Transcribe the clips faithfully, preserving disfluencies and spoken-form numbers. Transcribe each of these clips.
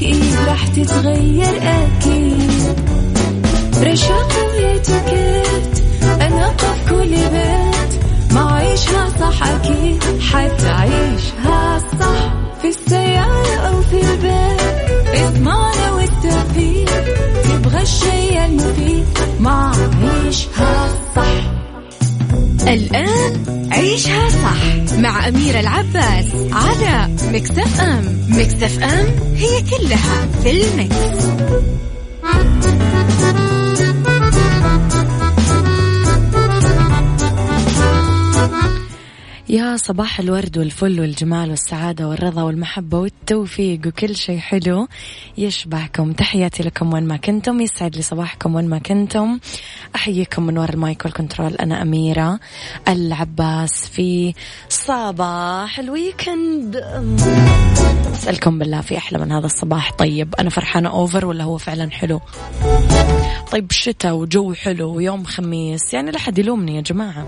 أكيد راح تتغير أكيد. رشاق ويتوكيت أنا قف كل بيت ما عيشها صح أكيد حتعيشها صح في السيارة أو في البيت اسمعنا والتوفيق تبغى الشيء المفيد ما عيشها صح. الآن عيشها صح مع أميرة العباس على ميكس اف ام. ميكس اف ام هي كلها في الميكس. يا صباح الورد والفل والجمال والسعادة والرضا والمحبة والتوفيق وكل شيء حلو يشبهكم. تحياتي لكم وين ما كنتم، يسعد لي صباحكم وين ما كنتم. أحييكم من وراء المايك والكنترول، أنا أميرة العباس في صباح الويكند. أسألكم بالله في أحلى من هذا الصباح؟ طيب أنا فرحانة أوفر ولا هو فعلا حلو؟ طيب شتاء وجو حلو ويوم خميس، يعني لا حد يلومني يا جماعة.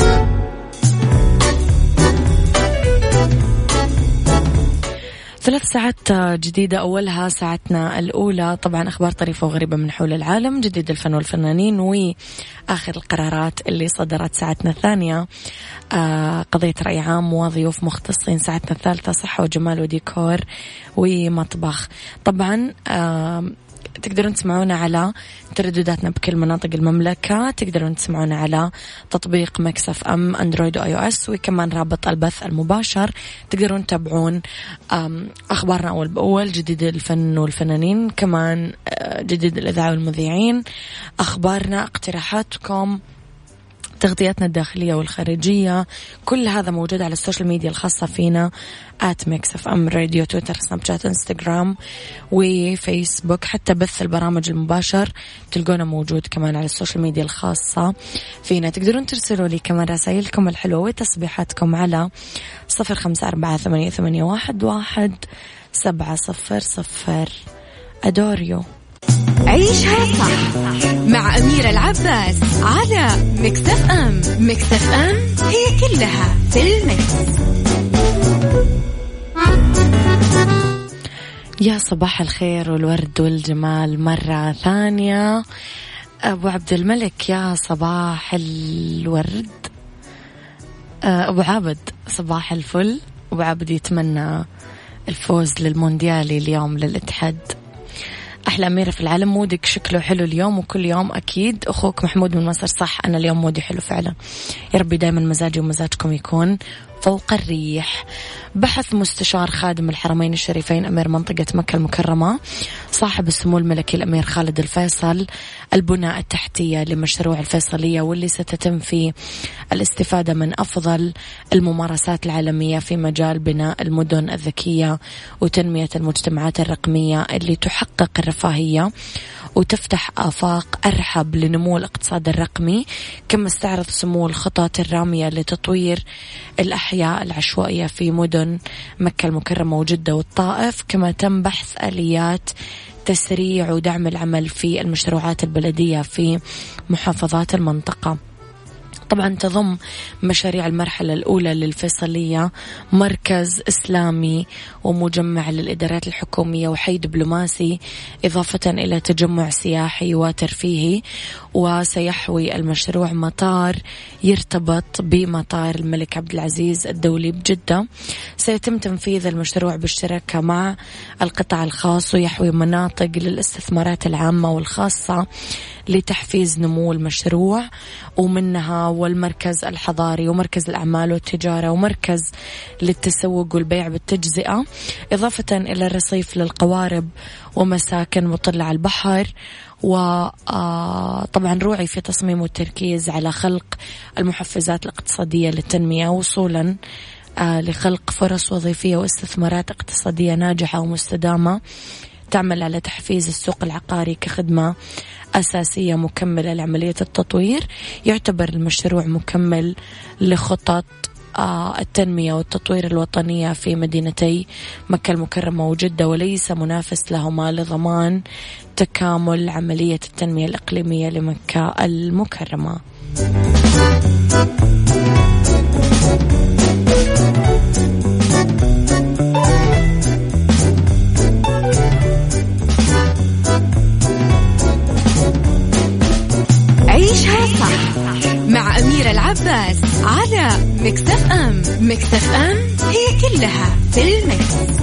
ثلاث ساعات جديدة، أولها ساعتنا الأولى طبعا أخبار طريفة وغريبة من حول العالم، جديد الفن والفنانين، وآخر القرارات اللي صدرت. ساعتنا الثانية آه قضية رأي عام وضيوف مختصين. ساعتنا الثالثة صحة وجمال وديكور ومطبخ. طبعا آه تقدرون تسمعونا على تردداتنا بكل مناطق المملكة، تقدرون تسمعونا على تطبيق ميكس اف ام اندرويد واي او اس، وكمان رابط البث المباشر. تقدرون تتابعون اخبارنا اول باول، جديد الفن والفنانين، كمان جديد الاذاعة والمذيعين، اخبارنا، اقتراحاتكم، تغطياتنا الداخلية والخارجية. كل هذا موجود على السوشيال ميديا الخاصة فينا آت ميكس اف ام راديو، تويتر، سناب شات، انستغرام وفيسبوك. حتى بث البرامج المباشر تلقونه موجود كمان على السوشيال ميديا الخاصة فينا. تقدرون ترسلوا لي كمان رسائلكم الحلوة وتصبيحاتكم على صفر خمسة أربعة ثمانية ثمانية واحد واحد سبعة صفر صفر. أدوريو. عيشها صح مع أميرة العباس على ميكس اف ام. ميكس اف ام هي كلها في الميكس. يا صباح الخير والورد والجمال مرة ثانية أبو عبد الملك، يا صباح الورد. أبو عابد صباح الفل. أبو عابد يتمنى الفوز للمونديالي اليوم للاتحاد. أحلى أميرة في العالم، مودك شكله حلو اليوم وكل يوم أكيد. أخوك محمود من مصر. صح أنا اليوم مودي حلو فعلا، يا ربي دايما مزاجي ومزاجكم يكون فوق الريح. بحث مستشار خادم الحرمين الشريفين أمير منطقة مكة المكرمة صاحب السمو الملكي الأمير خالد الفيصل البناء التحتية لمشروع الفيصلية، واللي ستتم في الاستفادة من أفضل الممارسات العالمية في مجال بناء المدن الذكية وتنمية المجتمعات الرقمية اللي تحقق الرفاهية وتفتح آفاق أرحب لنمو الاقتصاد الرقمي. كما استعرض سمو الخطط الرامية لتطوير الأحياء العشوائية في مدن مكة المكرمة وجدة والطائف. كما تم بحث آليات تسريع ودعم العمل في المشروعات البلدية في محافظات المنطقة. طبعا تضم مشاريع المرحلة الأولى للفيصلية مركز إسلامي ومجمع للإدارات الحكومية وحي دبلوماسي، إضافة إلى تجمع سياحي وترفيهي. وسيحوي المشروع مطار يرتبط بمطار الملك عبد العزيز الدولي بجدة. سيتم تنفيذ المشروع بالشراكة مع القطاع الخاص، ويحوي مناطق للاستثمارات العامة والخاصة لتحفيز نمو المشروع، ومنها والمركز الحضاري ومركز الأعمال والتجارة ومركز للتسوق والبيع بالتجزئة، إضافة إلى الرصيف للقوارب ومساكن مطلة على البحر. وطبعا روعي في تصميم والتركيز على خلق المحفزات الاقتصادية للتنمية، وصولا لخلق فرص وظيفية واستثمارات اقتصادية ناجحة ومستدامة تعمل على تحفيز السوق العقاري كخدمة أساسية مكملة لعملية التطوير. يعتبر المشروع مكمل لخطط التنمية والتطوير الوطنية في مدينتي مكة المكرمة وجدة، وليس منافس لهما لضمان تكامل عملية التنمية الإقليمية لمكة المكرمة. أميرة العباس على ميكس اف ام. ميكس اف ام هي كلها في الميكس.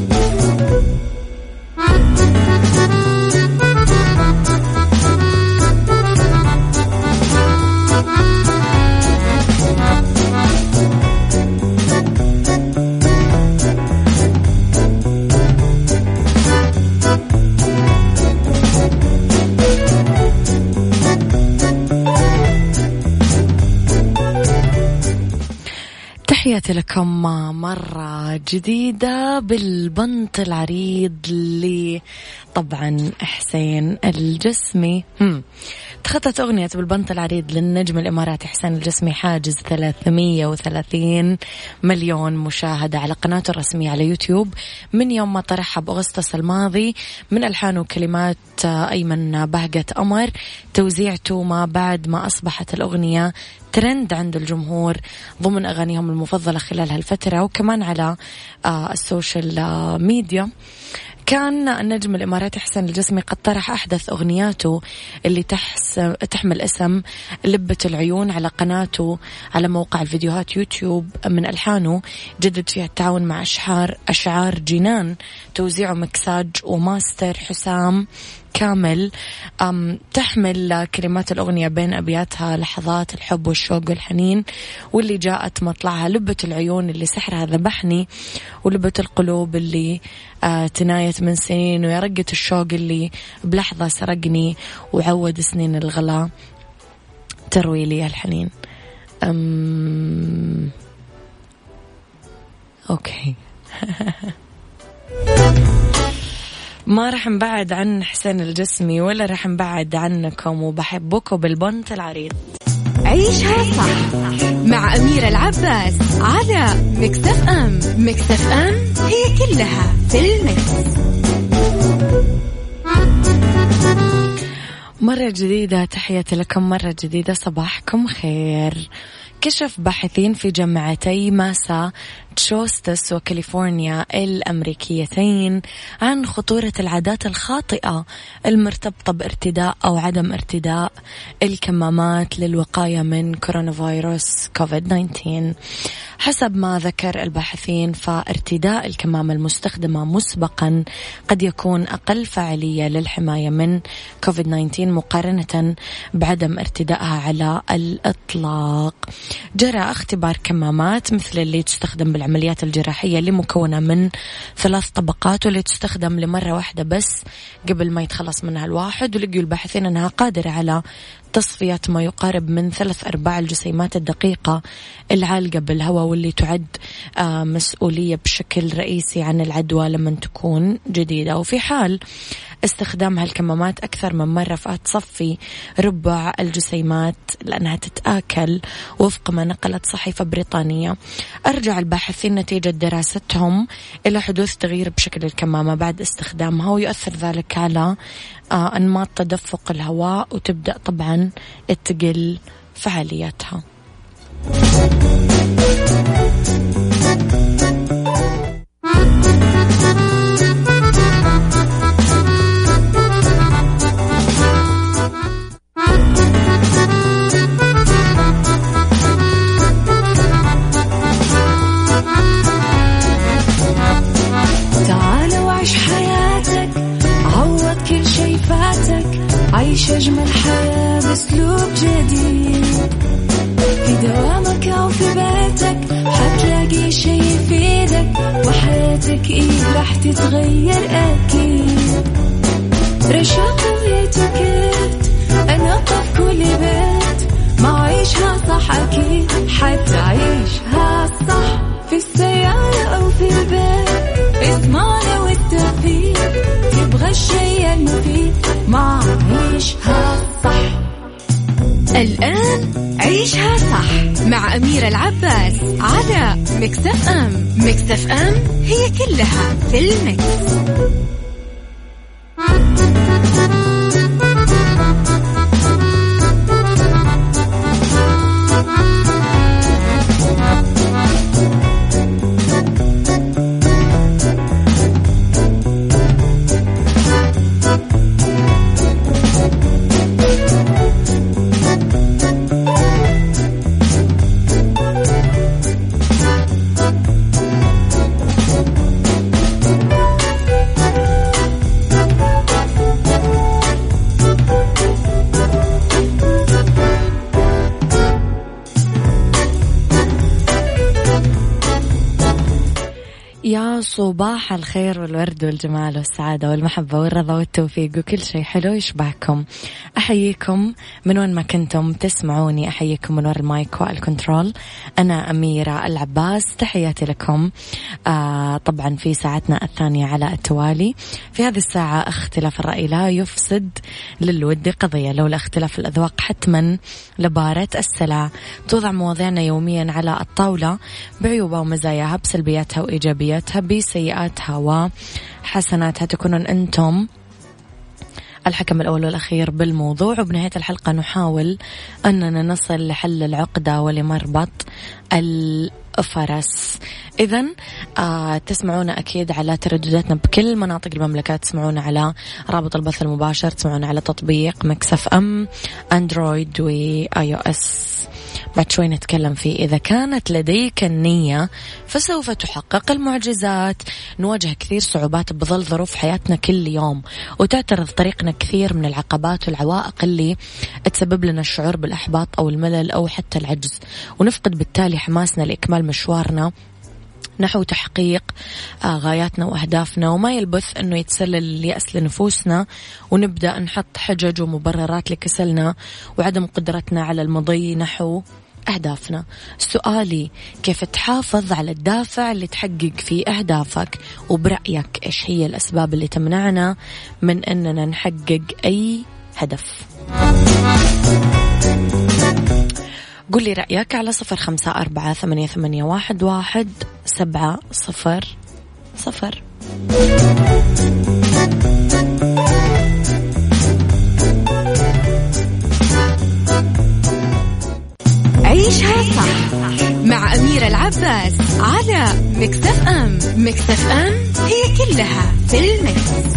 تحياتي لكم مرة جديدة بالبنط العريض اللي طبعا حسين الجسمي. هم. تخطت أغنية بالبنط العريض للنجم الإماراتي حسين الجسمي حاجز ثلاثمية وثلاثين مليون مشاهدة على قناته الرسمية على يوتيوب من يوم ما طرحها بأغسطس الماضي، من ألحان وكلمات أيمن بهجة أمر، توزيعته ما بعد ما أصبحت الأغنية ترند عند الجمهور ضمن أغانيهم المفضلة خلال هالفترة، وكمان على السوشيال ميديا. كان النجم الإماراتي حسين الجسمي قد طرح أحدث أغنياته اللي تحس تحمل اسم لبة العيون على قناته على موقع الفيديوهات يوتيوب. من ألحانه جدد فيها التعاون مع أشعار أشعار جنان، توزيعه مكساج وماستر حسام كامل. أم تحمل كلمات الأغنية بين أبياتها لحظات الحب والشوق والحنين، واللي جاءت مطلعها لبة العيون اللي سحرها ذبحني، ولبة القلوب اللي آه تنايت من سنين، ويا رقة الشوق اللي بلحظة سرقني، وعود سنين الغلا تروي لي الحنين. أم... أوكي ما رح نبعد عن حسين الجسمي ولا رح نبعد عنكم، وبحبكم بالبنط العريض. عيشها صح مع أميرة العباس على ميكس اف ام. ميكس اف ام هي كلها في الميكس. مرة جديدة، تحياتي لكم مرة جديدة، صباحكم خير. كشف باحثين في جامعتي ماساتشوستس وكاليفورنيا الأمريكيتين عن خطورة العادات الخاطئة المرتبطة بارتداء أو عدم ارتداء الكمامات للوقاية من كورونا فيروس كوفيد تسعة عشر. حسب ما ذكر الباحثين، فارتداء الكمامة المستخدمة مسبقا قد يكون أقل فاعلية للحماية من كوفيد تسعة عشر مقارنة بعدم ارتدائها على الإطلاق. جرى اختبار كمامات مثل اللي تستخدم بالعمليات الجراحية اللي مكونة من ثلاث طبقات، واللي تستخدم لمرة واحدة بس قبل ما يتخلص منها الواحد، ولقوا الباحثين أنها قادرة على تصفية ما يقارب من ثلاث أرباع الجسيمات الدقيقة العالقة بالهواء، واللي تعد مسؤولية بشكل رئيسي عن العدوى لما تكون جديدة. وفي حال استخدامها الكمامات أكثر من مرة فتصفي ربع الجسيمات لأنها تتآكل، وفق ما نقلت صحيفة بريطانية. أرجع الباحثين نتيجة دراستهم إلى حدوث تغيير بشكل الكمامة بعد استخدامها، ويؤثر ذلك على أنماط تدفق الهواء، وتبدأ طبعا تقل فعاليتها. عيش أجمل حياة بأسلوب جديد، في دوامك أو في بيتك حتلاقي شي يفيدك، وحياتك إيه راح تتغير أكيد. رشاق ويتوكيت أنا قف كل بيت، ما عيشها صح أكيد حتعيشها صح، في السيارة أو في البيت اسمعنا والتوفيق، تبغى الشيء المفيد ما عيشها صح. الآن عيشها صح مع أميرة العباس على ميكس اف ام. ميكس اف ام هي كلها في الميكس. يا صباح الخير والورد والجمال والسعادة والمحبة والرضا والتوفيق وكل شيء حلو يشبهكم. أحييكم من وين ما كنتم تسمعوني، أحييكم من وراء المايك والكنترول. أنا أميرة العباس، تحياتي لكم. آه طبعا في ساعتنا الثانية على التوالي. في هذه الساعة اختلاف الرأي لا يفسد للود قضية، لولا اختلاف الأذواق حتما لبارة السلع. توضع مواضيعنا يوميا على الطاولة بعيوبها ومزاياها، بسلبياتها وإيجابياتها، بسيئاتها وحسناتها. تكونون أنتم الحكم الأول والأخير بالموضوع، وبنهاية الحلقة نحاول أننا نصل لحل العقدة ولمربط الفرس. إذن آه تسمعونا أكيد على تردداتنا بكل مناطق المملكة، تسمعونا على رابط البث المباشر، تسمعونا على تطبيق ميكس اف ام اندرويد واي او اس. بعد شوي نتكلم فيه. إذا كانت لديك النية فسوف تحقق المعجزات. نواجه كثير صعوبات بظل ظروف حياتنا كل يوم، وتعترض طريقنا كثير من العقبات والعوائق اللي تسبب لنا الشعور بالإحباط أو الملل أو حتى العجز، ونفقد بالتالي حماسنا لإكمال مشوارنا نحو تحقيق غاياتنا وأهدافنا. وما يلبث أنه يتسلل اليأس لنفوسنا، ونبدأ نحط حجج ومبررات لكسلنا وعدم قدرتنا على المضي نحو أهدافنا. سؤالي، كيف تحافظ على الدافع اللي تحقق فيه أهدافك؟ وبرأيك إيش هي الأسباب اللي تمنعنا من أننا نحقق أي هدف؟ قل لي رأيك على صفر خمسة أربعة ثمانية ثمانية واحد واحد سبعة صفر صفر. عيشها صح مع أميرة العباس على ميكس اف ام. ميكس اف ام هي كلها في الميكس.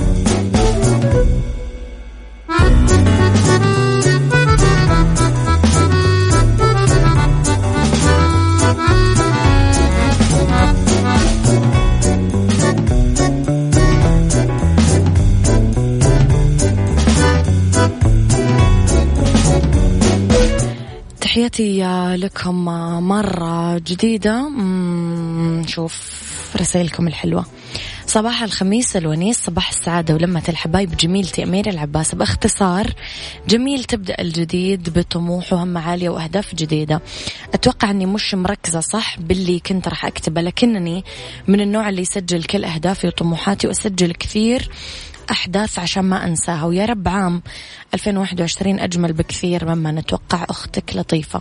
تحياتي لكم مرة جديدة. نشوف رسائلكم الحلوة. صباح الخميس الونيس، صباح السعادة ولمة الحبايب، جميلتي أميرة العباس. باختصار، جميل تبدأ الجديد بطموح وهم عالية وأهداف جديدة. أتوقع أني مش مركزة صح باللي كنت راح أكتبه، لكنني من النوع اللي يسجل كل أهدافي وطموحاتي، وأسجل كثير أحداث عشان ما أنساها. ويا رب عام ألفين وواحد وعشرين أجمل بكثير مما نتوقع. أختك لطيفة.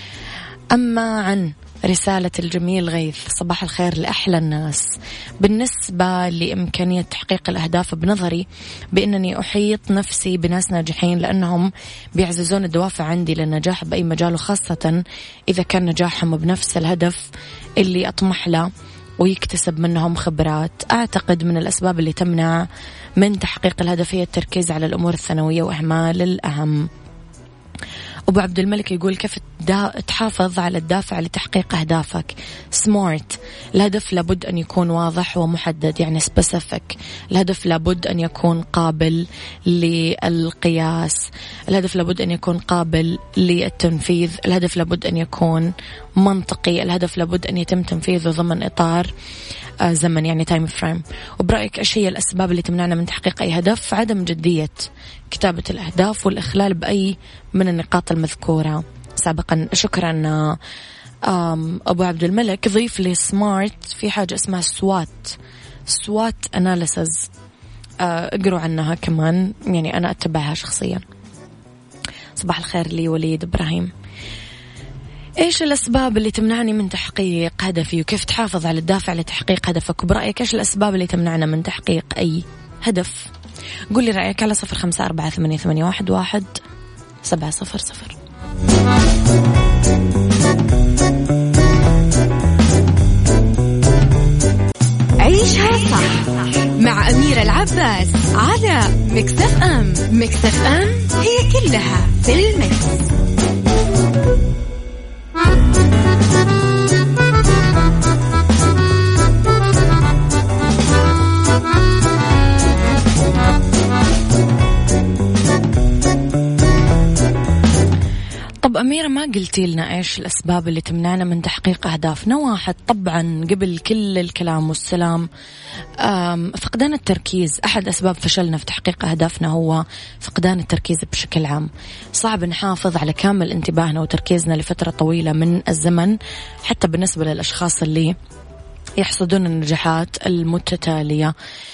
أما عن رسالة الجميل غيث، صباح الخير لأحلى الناس. بالنسبة لإمكانية تحقيق الأهداف، بنظري بأنني أحيط نفسي بناس ناجحين، لأنهم بيعززون الدوافع عندي للنجاح بأي مجال، وخاصة إذا كان نجاحهم بنفس الهدف اللي أطمح له، ويكتسب منهم خبرات. أعتقد من الأسباب اللي تمنع من تحقيق الهدف هي التركيز على الأمور الثانوية وإهمال الأهم. أبو عبد الملك يقول كيف تحافظ على الدافع لتحقيق أهدافك؟ سمارت، الهدف لابد أن يكون واضح ومحدد، يعني سبيسيفيك. الهدف لابد أن يكون قابل للقياس. الهدف لابد أن يكون قابل للتنفيذ. الهدف لابد أن يكون منطقي. الهدف لابد أن يتم تنفيذه ضمن إطار زمن، يعني تايم فريم. وبرأيك إيش هي الأسباب اللي تمنعنا من تحقيق أي هدف؟ عدم جدية كتابة الأهداف والإخلال بأي من النقاط المذكورة سابقا. شكرا أبو عبد الملك. ضيف لي سمارت في حاجة اسمها سوات سوات أناليسز، اقروا عنها كمان، يعني أنا أتبعها شخصيا. صباح الخير لي وليد إبراهيم. إيش الأسباب اللي تمنعني من تحقيق هدفي؟ وكيف تحافظ على الدافع لتحقيق هدفك؟ وبرأيك إيش الأسباب اللي تمنعنا من تحقيق أي هدف؟ قول لي رأيك على صفر خمسة أربعة ثمانية ثمانية واحد واحد سبعة صفر صفر. عيشها صح مع أميرة العباس على ميكس اف ام. ميكس اف ام هي كلها في الميكس. طب أميرة، ما قلتي لنا إيش الأسباب اللي تمنعنا من تحقيق أهدافنا. واحد طبعا قبل كل الكلام والسلام فقدان التركيز. أحد أسباب فشلنا في تحقيق أهدافنا هو فقدان التركيز بشكل عام. صعب نحافظ على كامل انتباهنا وتركيزنا لفترة طويلة من الزمن، حتى بالنسبة للأشخاص اللي يحصدون النجاحات المتتالية.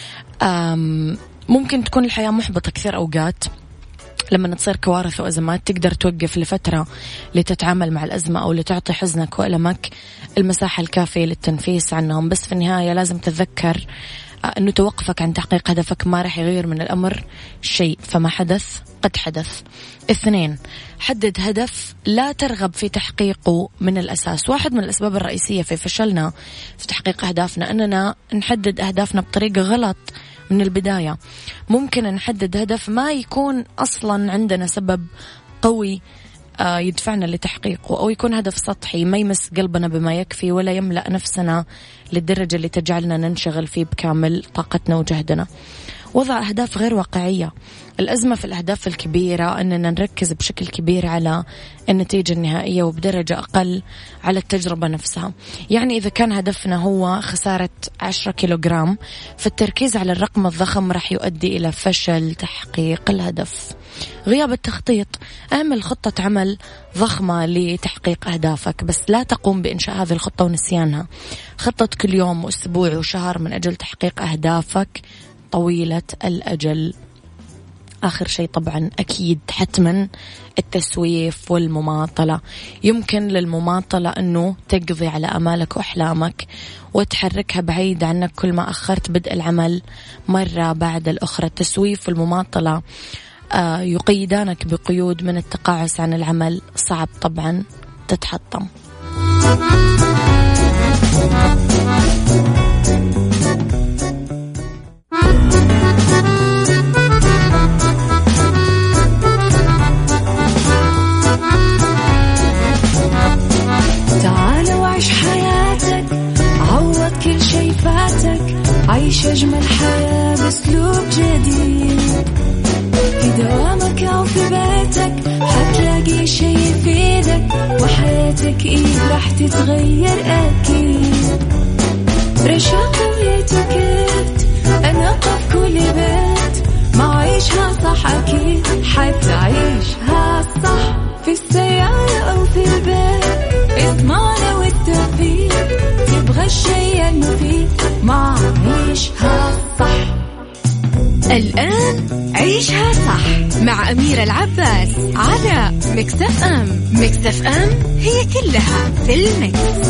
ممكن تكون الحياة محبطة كثير أوقات، لما تصير كوارث وأزمات تقدر توقف لفترة لتتعامل مع الأزمة أو لتعطي حزنك وألمك المساحة الكافية للتنفيس عنهم. بس في النهاية لازم تتذكر أنه توقفك عن تحقيق هدفك ما رح يغير من الأمر شيء، فما حدث قد حدث. اثنين، حدد هدف لا ترغب في تحقيقه من الأساس. واحد من الأسباب الرئيسية في فشلنا في تحقيق أهدافنا أننا نحدد أهدافنا بطريقة غلط من البداية. ممكن نحدد هدف ما يكون أصلا عندنا سبب قوي يدفعنا لتحقيقه، أو يكون هدف سطحي ما يمس قلبنا بما يكفي ولا يملأ نفسنا للدرجة اللي تجعلنا ننشغل فيه بكامل طاقتنا وجهدنا. وضع أهداف غير واقعية. الأزمة في الأهداف الكبيرة أننا نركز بشكل كبير على النتيجة النهائية وبدرجة أقل على التجربة نفسها. يعني إذا كان هدفنا هو خسارة عشرة كيلوغرام، فالتركيز على الرقم الضخم رح يؤدي إلى فشل تحقيق الهدف. غياب التخطيط. اعمل خطة عمل ضخمة لتحقيق أهدافك، بس لا تقوم بإنشاء هذه الخطة ونسيانها. خطط كل يوم وأسبوع وشهر من أجل تحقيق أهدافك طويلة الأجل. آخر شيء طبعا أكيد حتما التسويف والمماطلة. يمكن للمماطلة أنه تقضي على أمالك وأحلامك وتحركها بعيد عنك كل ما أخرت بدء العمل مرة بعد الأخرى. التسويف والمماطلة آه يقيدانك بقيود من التقاعس عن العمل. صعب طبعا تتحطم. تعال وعيش حياتك، عوض كل شي فاتك، عيش أجمل حياة بأسلوب جديد. في دوامك أو في بيتك حتلاقي شي يفيدك، وحياتك إيه راح تتغير أكيد. رشاق ويتوكيت أنا قف كل بيت، ما عيشها صح أكيد حتعيشها صح. في السيارة أو في البيت اسمعنا والتوفيق، تبغى الشي المفيد ما عيشها صح. الآن عيشها صح مع أميرة العباس على ميكس اف ام. ميكس اف ام هي كلها في الميكس.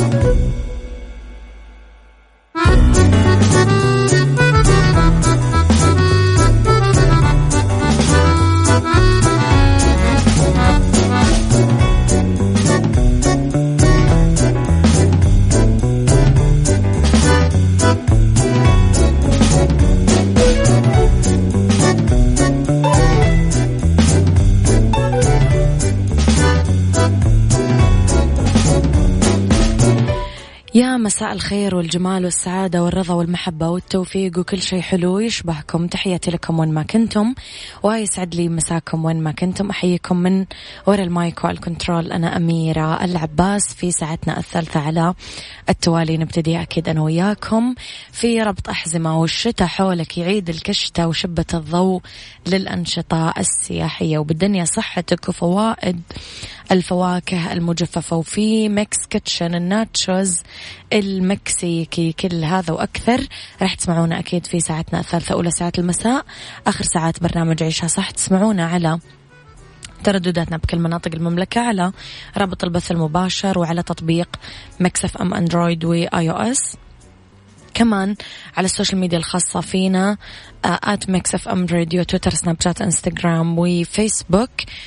يا مساء الخير والجمال والسعادة والرضا والمحبة والتوفيق وكل شيء حلو يشبهكم. تحياتي لكم وين ما كنتم، ويسعد لي مساكم وين ما كنتم. أحييكم من وراء المايك والكنترول. أنا أميرة العباس. في ساعتنا الثالثة على التوالي نبتدي أكيد أنا وياكم في ربط أحزمة، والشتاء حولك يعيد الكشتة وشبة الضوء للأنشطة السياحية، وبالدنيا صحتك وفوائد الفواكه المجففة، وفي ميكس كيتشن الناتشوز المكسيكي. كل هذا وأكثر راح تسمعونا أكيد في ساعتنا الثالثة أولى ساعات المساء، آخر ساعات برنامج عيشها صح. تسمعونا على تردداتنا بكل مناطق المملكة، على رابط البث المباشر، وعلى تطبيق ميكس اف ام اندرويد واي او اس. كمان على السوشيال ميديا الخاصة فينا آت ميكس اف ام راديو، تويتر، سناب شات، انستغرام وفيسبوك،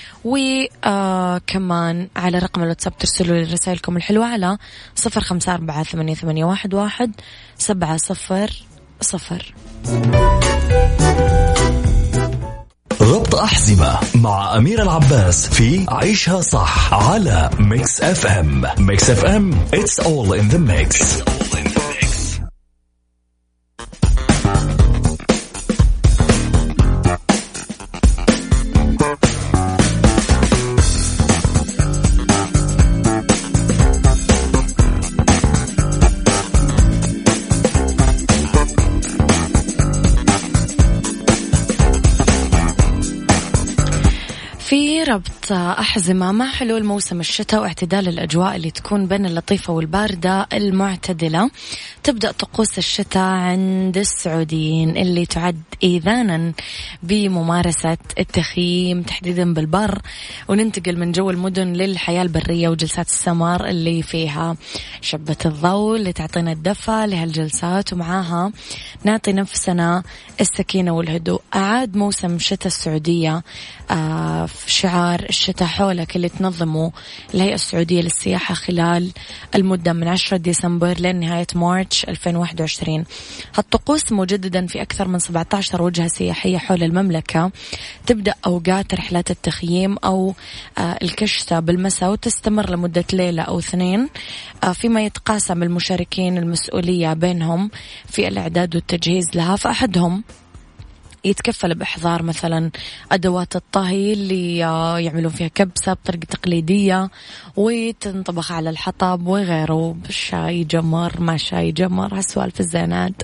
وكمان على رقم الواتساب ترسلوا لي رسائلكم الحلوة على صفر خمسة أربعة ثمانية ثمانية واحد واحد سبعة صفر صفر. ربط أحزمة مع أميرة العباس في عيشها صح على ميكس اف ام. ميكس اف ام it's all in the mix. ربط أحزمة مع حلول موسم الشتاء واعتدال الأجواء اللي تكون بين اللطيفة والباردة المعتدلة، تبدأ طقوس الشتاء عند السعوديين اللي تعد إذانا بممارسة التخييم تحديدا بالبر، وننتقل من جو المدن للحياة البرية وجلسات السمر اللي فيها شبة الضوء اللي تعطينا الدفء لهالجلسات، ومعاها نعطي نفسنا السكينة والهدوء. أعاد موسم شتاء السعودية آه في شعار الشتاء حولك اللي تنظمه الهيئة السعودية للسياحة خلال المدة من عشرة ديسمبر لنهاية مارس ألفين وواحد وعشرين. هالطقوس مجددا في أكثر من سبعة عشر وجهة سياحية حول المملكة، تبدأ أوقات رحلات التخييم أو آه الكشتة بالمساء وتستمر لمدة ليلة أو اثنين، آه فيما يتقاسم المشاركين المسؤولية بينهم في الإعداد والتجهيز لها. فأحدهم يتكفل بإحضار مثلا أدوات الطهي اللي يعملون فيها كبسة بطريقة تقليدية وتنطبخ على الحطب وغيره، بالشاي جمر مع شاي جمر، هالسوالف الزينات،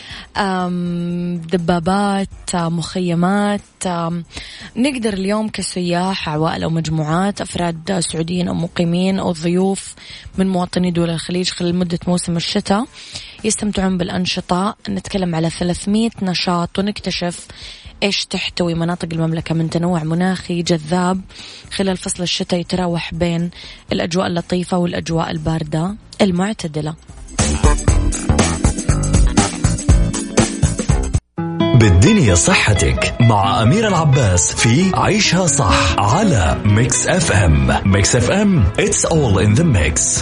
دبابات، مخيمات. نقدر اليوم كسياح، عوائل أو مجموعات أفراد سعوديين أو مقيمين أو ضيوف من مواطني دول الخليج خلال مدة موسم الشتاء يستمتعون بالأنشطة. نتكلم على ثلاثمية نشاط ونكتشف إيش تحتوي مناطق المملكة من تنوع مناخي جذاب خلال فصل الشتاء يتراوح بين الأجواء اللطيفة والأجواء الباردة المعتدلة. بالدنيا صحتك مع أميرة العباس في عيشها صح على ميكس اف ام. ميكس اف ام it's all in the mix.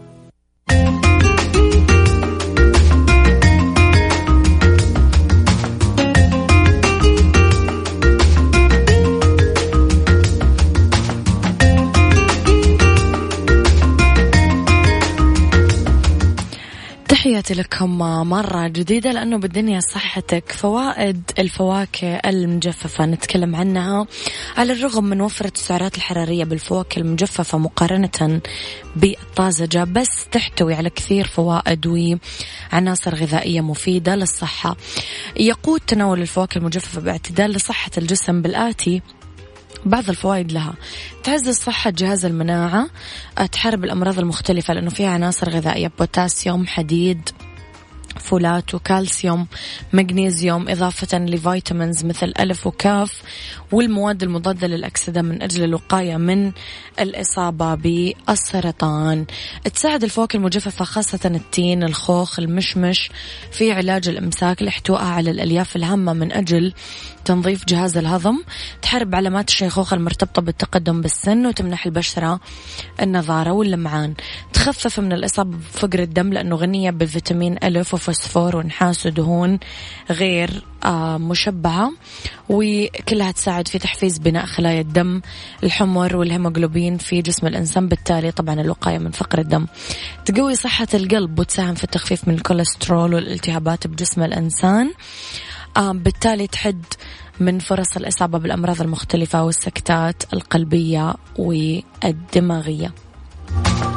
تحياتي لكم مرة جديدة، لأنه بالدنيا صحتك. فوائد الفواكه المجففة نتكلم عنها. على الرغم من وفرة السعرات الحرارية بالفواكه المجففة مقارنة بالطازجة، بس تحتوي على كثير فوائد وعناصر غذائية مفيدة للصحة. يقود تناول الفواكه المجففة باعتدال لصحة الجسم بالآتي: بعض الفوائد لها: تعزز صحة جهاز المناعة، تحارب الأمراض المختلفة لأنه فيها عناصر غذائية، بوتاسيوم، حديد، فولات وكالسيوم، مغنيسيوم، إضافة لفيتامينز مثل ألف وكاف، والمواد المضادة للأكسدة من أجل الوقاية من الإصابة بالسرطان. تساعد الفواكه المجففة خاصة التين، الخوخ، المشمش في علاج الإمساك لاحتوائها على الألياف الهامة من أجل تنظيف جهاز الهضم. تحارب علامات الشيخوخة المرتبطة بالتقدم بالسن، وتمنح البشرة النضارة واللمعان. تخفف من الإصابة بفقر الدم لأنه غنية بالفيتامين ألف وفوسفور ونحاس ودهون غير آه مشبعة، وكلها تساعد في تحفيز بناء خلايا الدم الحمر والهيموغلوبين في جسم الإنسان، بالتالي طبعا الوقاية من فقر الدم. تقوي صحة القلب وتساهم في التخفيف من الكوليسترول والالتهابات بجسم الإنسان، آه بالتالي تحد من فرص الإصابة بالأمراض المختلفة والسكتات القلبية والدماغية.